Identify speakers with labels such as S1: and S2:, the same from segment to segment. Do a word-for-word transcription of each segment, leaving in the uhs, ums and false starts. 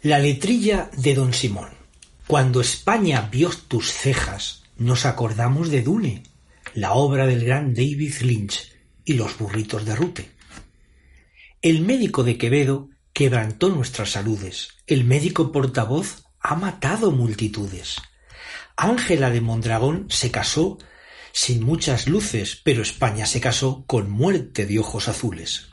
S1: La letrilla de Don Simón. Cuando España vio tus cejas, nos acordamos de Dune, la obra del gran David Lynch y los burritos de Rute. El médico de Quevedo quebrantó nuestras saludes. El médico portavoz ha matado multitudes. Ángela de Mondragón se casó sin muchas luces, pero España se casó con muerte de ojos azules.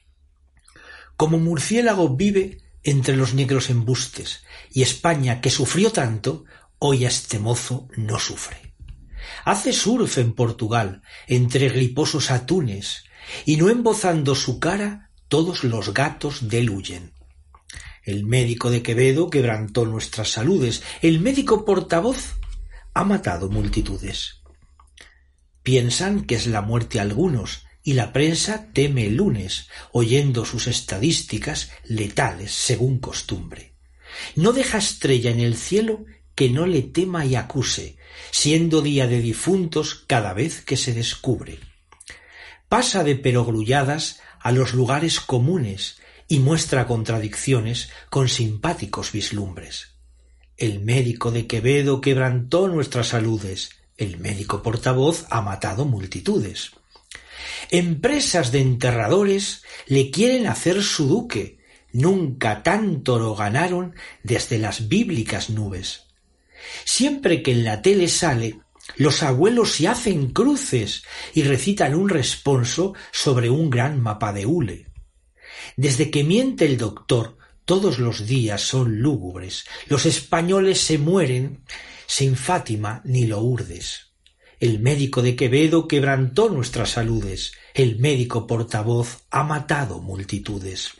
S1: Como murciélago vive entre los negros embustes, y España, que sufrió tanto, hoy a este mozo no sufre. Hace surf en Portugal, entre griposos atunes, y no embozando su cara, todos los gatos de él huyen. El médico de Quevedo quebrantó nuestras saludes, el médico portavoz ha matado multitudes. Piensan que es la muerte algunos, y la prensa teme el lunes, oyendo sus estadísticas letales según costumbre. No deja estrella en el cielo que no le tema y acuse, siendo día de difuntos cada vez que se descubre. Pasa de perogrulladas a los lugares comunes y muestra contradicciones con simpáticos vislumbres. El médico de Quevedo quebrantó nuestras saludes, el médico portavoz ha matado multitudes. Empresas de enterradores le quieren hacer su duque, nunca tanto lo ganaron desde las bíblicas nubes. Siempre que en la tele sale, los abuelos se hacen cruces y recitan un responso sobre un gran mapa de hule. Desde que miente el doctor, todos los días son lúgubres, los españoles se mueren sin Fátima ni Lourdes. El médico de Quevedo quebrantó nuestras saludes, el médico portavoz ha matado multitudes.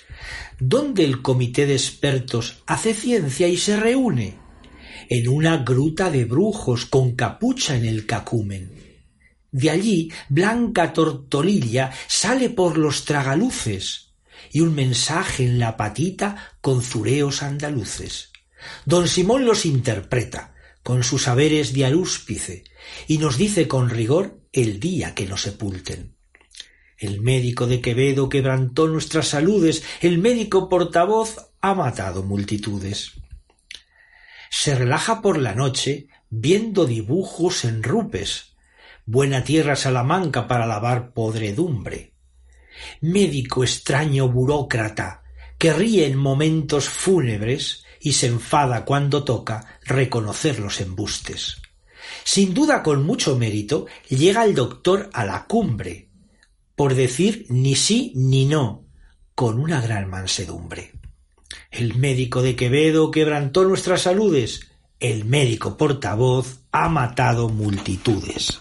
S1: ¿Dónde el comité de expertos hace ciencia y se reúne? En una gruta de brujos con capucha en el cacumen. De allí Blanca Tortolilla sale por los tragaluces y un mensaje en la patita con zureos andaluces. Don Simón los interpreta con sus saberes de arúspice y nos dice con rigor el día que nos sepulten. El médico de Quevedo quebrantó nuestras saludes, el médico portavoz ha matado multitudes. Se relaja por la noche viendo dibujos en rupes, buena tierra Salamanca para lavar podredumbre. Médico extraño burócrata que ríe en momentos fúnebres y se enfada cuando toca reconocer los embustes. Sin duda con mucho mérito llega el doctor a la cumbre, por decir ni sí ni no, con una gran mansedumbre. El médico de Quevedo quebrantó nuestras saludes, el médico portavoz ha matado multitudes.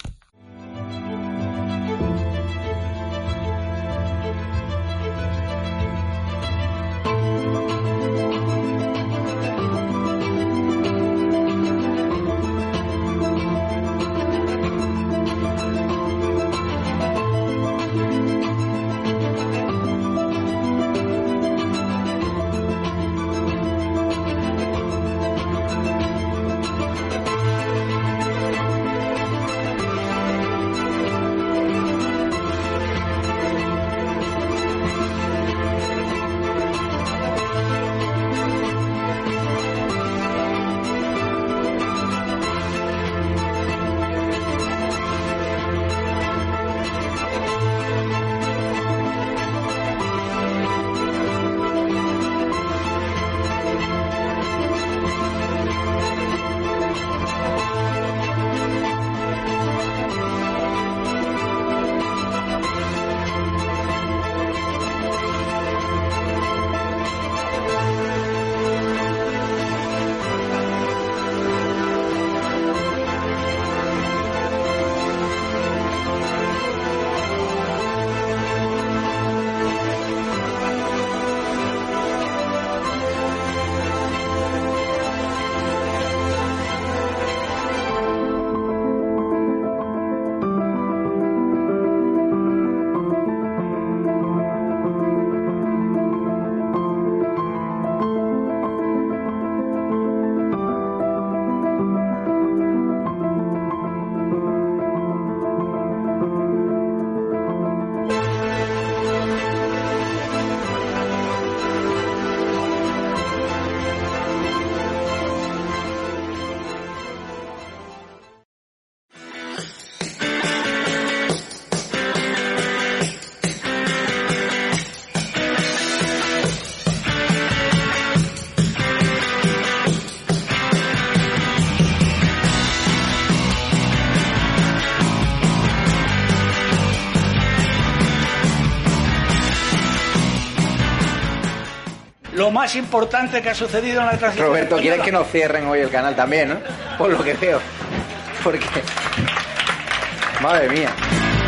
S2: lo más importante que ha sucedido en la transición.
S3: Roberto, ¿quieres que nos cierren hoy el canal también, no? Por lo que veo. Porque... Madre mía.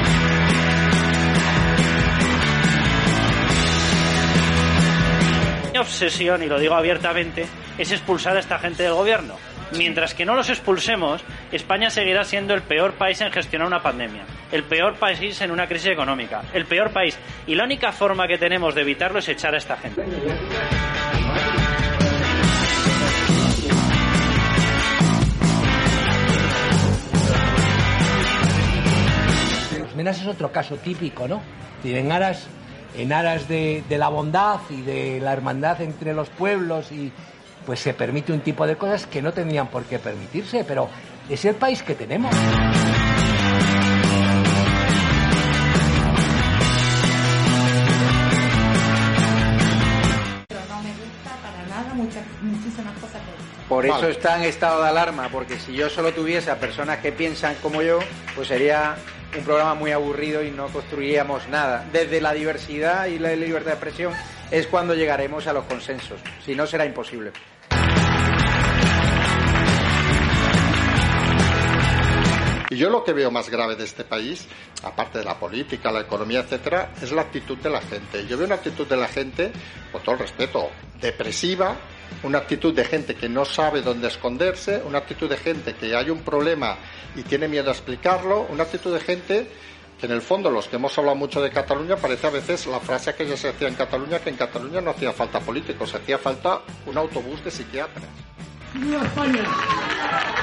S4: Mi obsesión, y lo digo abiertamente, es expulsar a esta gente del gobierno. Mientras que no los expulsemos, España seguirá siendo el peor país en gestionar una pandemia, el peor país en una crisis económica, el peor país. Y la única forma que tenemos de evitarlo es echar a esta gente.
S5: Menas es otro caso típico, ¿no? En aras, en aras de, de la bondad y de la hermandad entre los pueblos, y pues se permite un tipo de cosas que no tendrían por qué permitirse, pero es el país que tenemos.
S6: Pero no me gusta para nada muchas, muchísimas cosas que he visto.
S3: Por eso
S7: Vale.
S3: está en estado de alarma, porque si yo solo tuviese a personas que piensan como yo, pues sería un programa muy aburrido y no construiríamos nada. Desde la diversidad y la libertad de expresión es cuando llegaremos a los consensos, si no será imposible.
S7: Y yo lo que veo más grave de este país, aparte de la política, la economía, etcétera, es la actitud de la gente. Yo veo una actitud de la gente, con todo el respeto, depresiva, una actitud de gente que no sabe dónde esconderse, una actitud de gente que hay un problema y tiene miedo a explicarlo, una actitud de gente que en el fondo, los que hemos hablado mucho de Cataluña, parece a veces la frase que ya se decía en Cataluña, que en Cataluña no hacía falta políticos, hacía falta un autobús de psiquiatras.
S8: ¡Viva España!